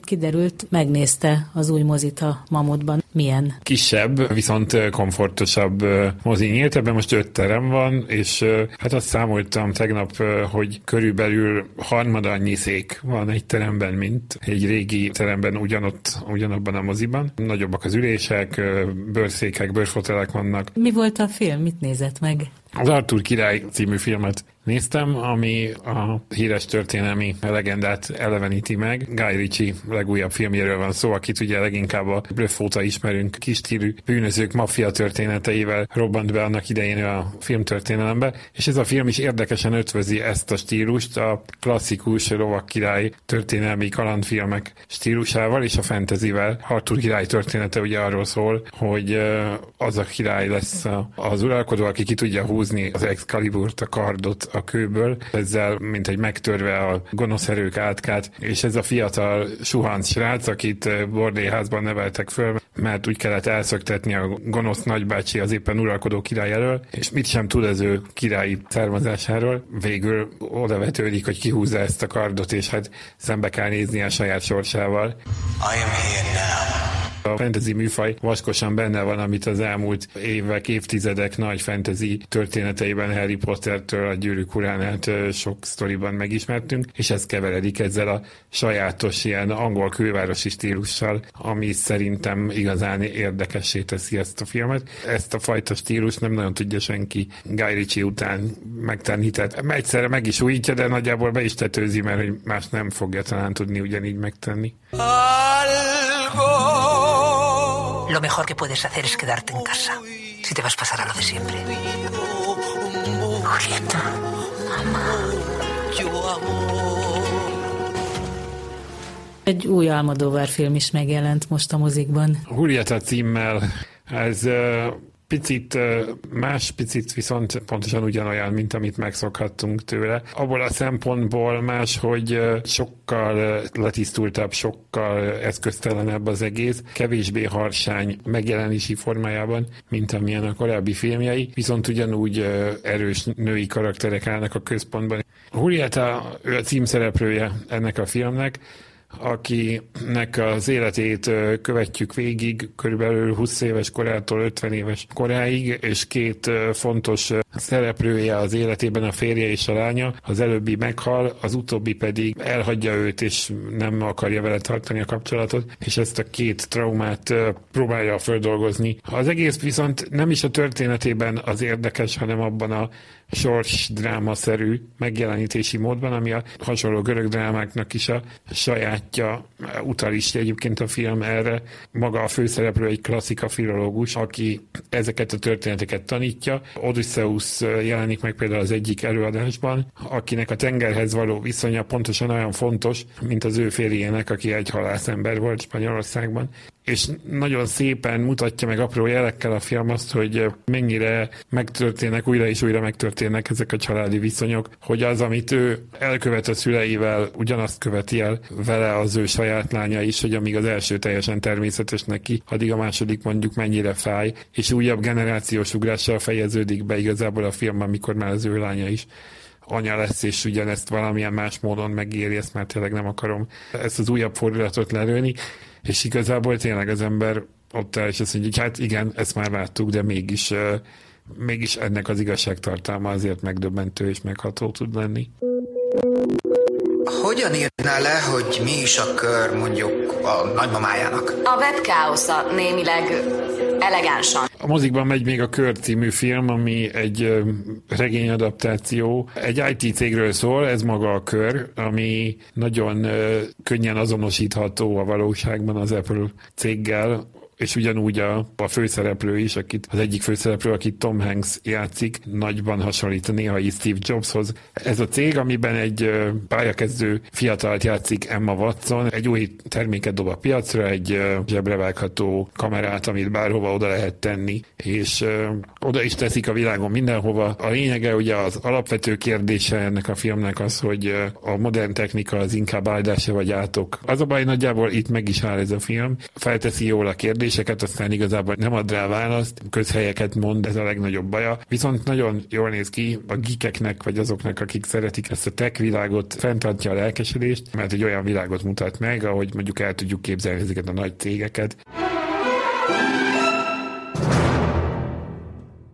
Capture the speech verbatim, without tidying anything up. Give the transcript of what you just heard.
mint kiderült, megnézte az új mozit a Mamutban. Milyen? Kisebb, viszont komfortosabb mozi nyílt, ebben most öt terem van, és hát azt számoltam tegnap, hogy körülbelül harmad annyi szék van egy teremben, mint egy régi teremben ugyanott, ugyanabban a moziban. Nagyobbak az ülések, bőrszékek, bőrfotelek vannak. Mi volt a film? Mit nézett meg? Az Arthur király című filmet néztem, ami a híres történelmi legendát eleveníti meg. Guy Ritchie legújabb filmjéről van szó, akit ugye leginkább a Bluff óta ismerünk, kis stílű bűnözők maffia történeteivel robbant be annak idején a filmtörténelembe, és ez a film is érdekesen ötvözi ezt a stílust a klasszikus lovak király történelmi kalandfilmek stílusával és a fantasyvel. Arthur király története ugye arról szól, hogy az a király lesz az uralkodó, aki ki tudja húzni az Excaliburt, a kardot a kőből, ezzel mint egy megtörve a gonosz erők átkát, és ez a fiatal suhanc srác, akit bordélyházban neveltek föl, mert úgy kellett elszöktetni a gonosz nagybácsi az éppen uralkodó király elől, és mit sem tud az ő királyi származásáról. Végül oda vetődik, hogy kihúzza ezt a kardot, és hát szembe kell nézni a saját sorsával. I am here now. A fantasy műfaj vaskosan benne van, amit az elmúlt évek, évtizedek nagy fantasy történeteiben Harry Pottertől a Gyűrűk uránát sok sztoriban megismertünk, és ez keveredik ezzel a sajátos ilyen angol külvárosi stílussal, ami szerintem igazán érdekessé teszi ezt a filmet. Ezt a fajta stílus nem nagyon tudja senki Guy Ritchie után megtenni, tehát egyszerre meg is újítja, de nagyjából be is tetőzi, mert hogy más nem fogja talán tudni ugyanígy megtenni. Lo mejor que puedes hacer es quedarte en casa. Si te vas a pasar a lo de siempre. Julieta, mamá. Egy új Almodóvar film is megjelent most a mozikban. Julieta címmel, ez uh, picit uh, más, picit viszont pontosan ugyanolyan, mint amit megszokhattunk tőle. Abból a szempontból más, hogy uh, sokkal uh, letisztultabb, sokkal eszköztelenebb az egész, kevésbé harsány megjelenési formájában, mint amilyen a korábbi filmjei, viszont ugyanúgy uh, erős női karakterek állnak a központban. Julieta, ő a címszereplője ennek a filmnek, akinek az életét követjük végig, körülbelül húsz éves korától ötven éves koráig, és két fontos szereplője az életében a férje és a lánya. Az előbbi meghal, az utóbbi pedig elhagyja őt, és nem akarja vele tartani a kapcsolatot, és ezt a két traumát próbálja földolgozni. Az egész viszont nem is a történetében az érdekes, hanem abban a sors drámaszerű megjelenítési módban, ami a hasonló görög drámáknak is a sajátja, utal is egyébként a film erre. Maga a főszereplő egy klasszika filológus, aki ezeket a történeteket tanítja. Odysseus jelenik meg például az egyik előadásban, akinek a tengerhez való viszonya pontosan olyan fontos, mint az ő férjének, aki egy halászember volt Spanyolországban. És nagyon szépen mutatja meg apró jelekkel a film azt, hogy mennyire megtörténnek, újra és újra megtörténnek ezek a családi viszonyok, hogy az, amit ő elkövet a szüleivel, ugyanazt követi el vele az ő saját lánya is, hogy amíg az első teljesen természetes neki, addig a második mondjuk mennyire fáj, és újabb generációs ugrással fejeződik be igazából a film, amikor már az ő lánya is anya lesz, és ugyanezt valamilyen más módon megéri, ezt már tényleg nem akarom ezt az újabb fordulatot lerőni. És igazából tényleg az ember ott áll, és azt mondja, hogy hát igen, ezt már láttuk, de mégis, uh, mégis ennek az igazságtartalma azért megdöbbentő és megható tud lenni. Hogyan írná le, hogy mi is a kör mondjuk a nagymamájának? A webkáosza némileg elegánsan. A mozikban megy még a Kör című film, ami egy regényadaptáció. Egy i té cégről szól, ez maga a Kör, ami nagyon könnyen azonosítható a valóságban az Apple céggel, és ugyanúgy a, a főszereplő is, akit, az egyik főszereplő, akit Tom Hanks játszik, nagyban hasonlít néha is Steve Jobshoz. Ez a cég, amiben egy pályakezdő fiatalt játszik, Emma Watson, egy új terméket dob a piacra, egy zsebrevágható kamerát, amit bárhova oda lehet tenni, és oda is teszik a világon mindenhova. A lényege ugye az alapvető kérdése ennek a filmnek az, hogy a modern technika az inkább áldása vagy átok. Az a baj, nagyjából itt meg is áll ez a film. Felteszi jól a kérdést, kérdéseket, aztán igazából nem ad rá választ, közhelyeket mond, ez a legnagyobb baja. Viszont nagyon jól néz ki a geekeknek, vagy azoknak, akik szeretik ezt a tech világot, fenntartja a lelkesedést, mert egy olyan világot mutat meg, ahogy mondjuk el tudjuk képzelni ezeket a nagy cégeket.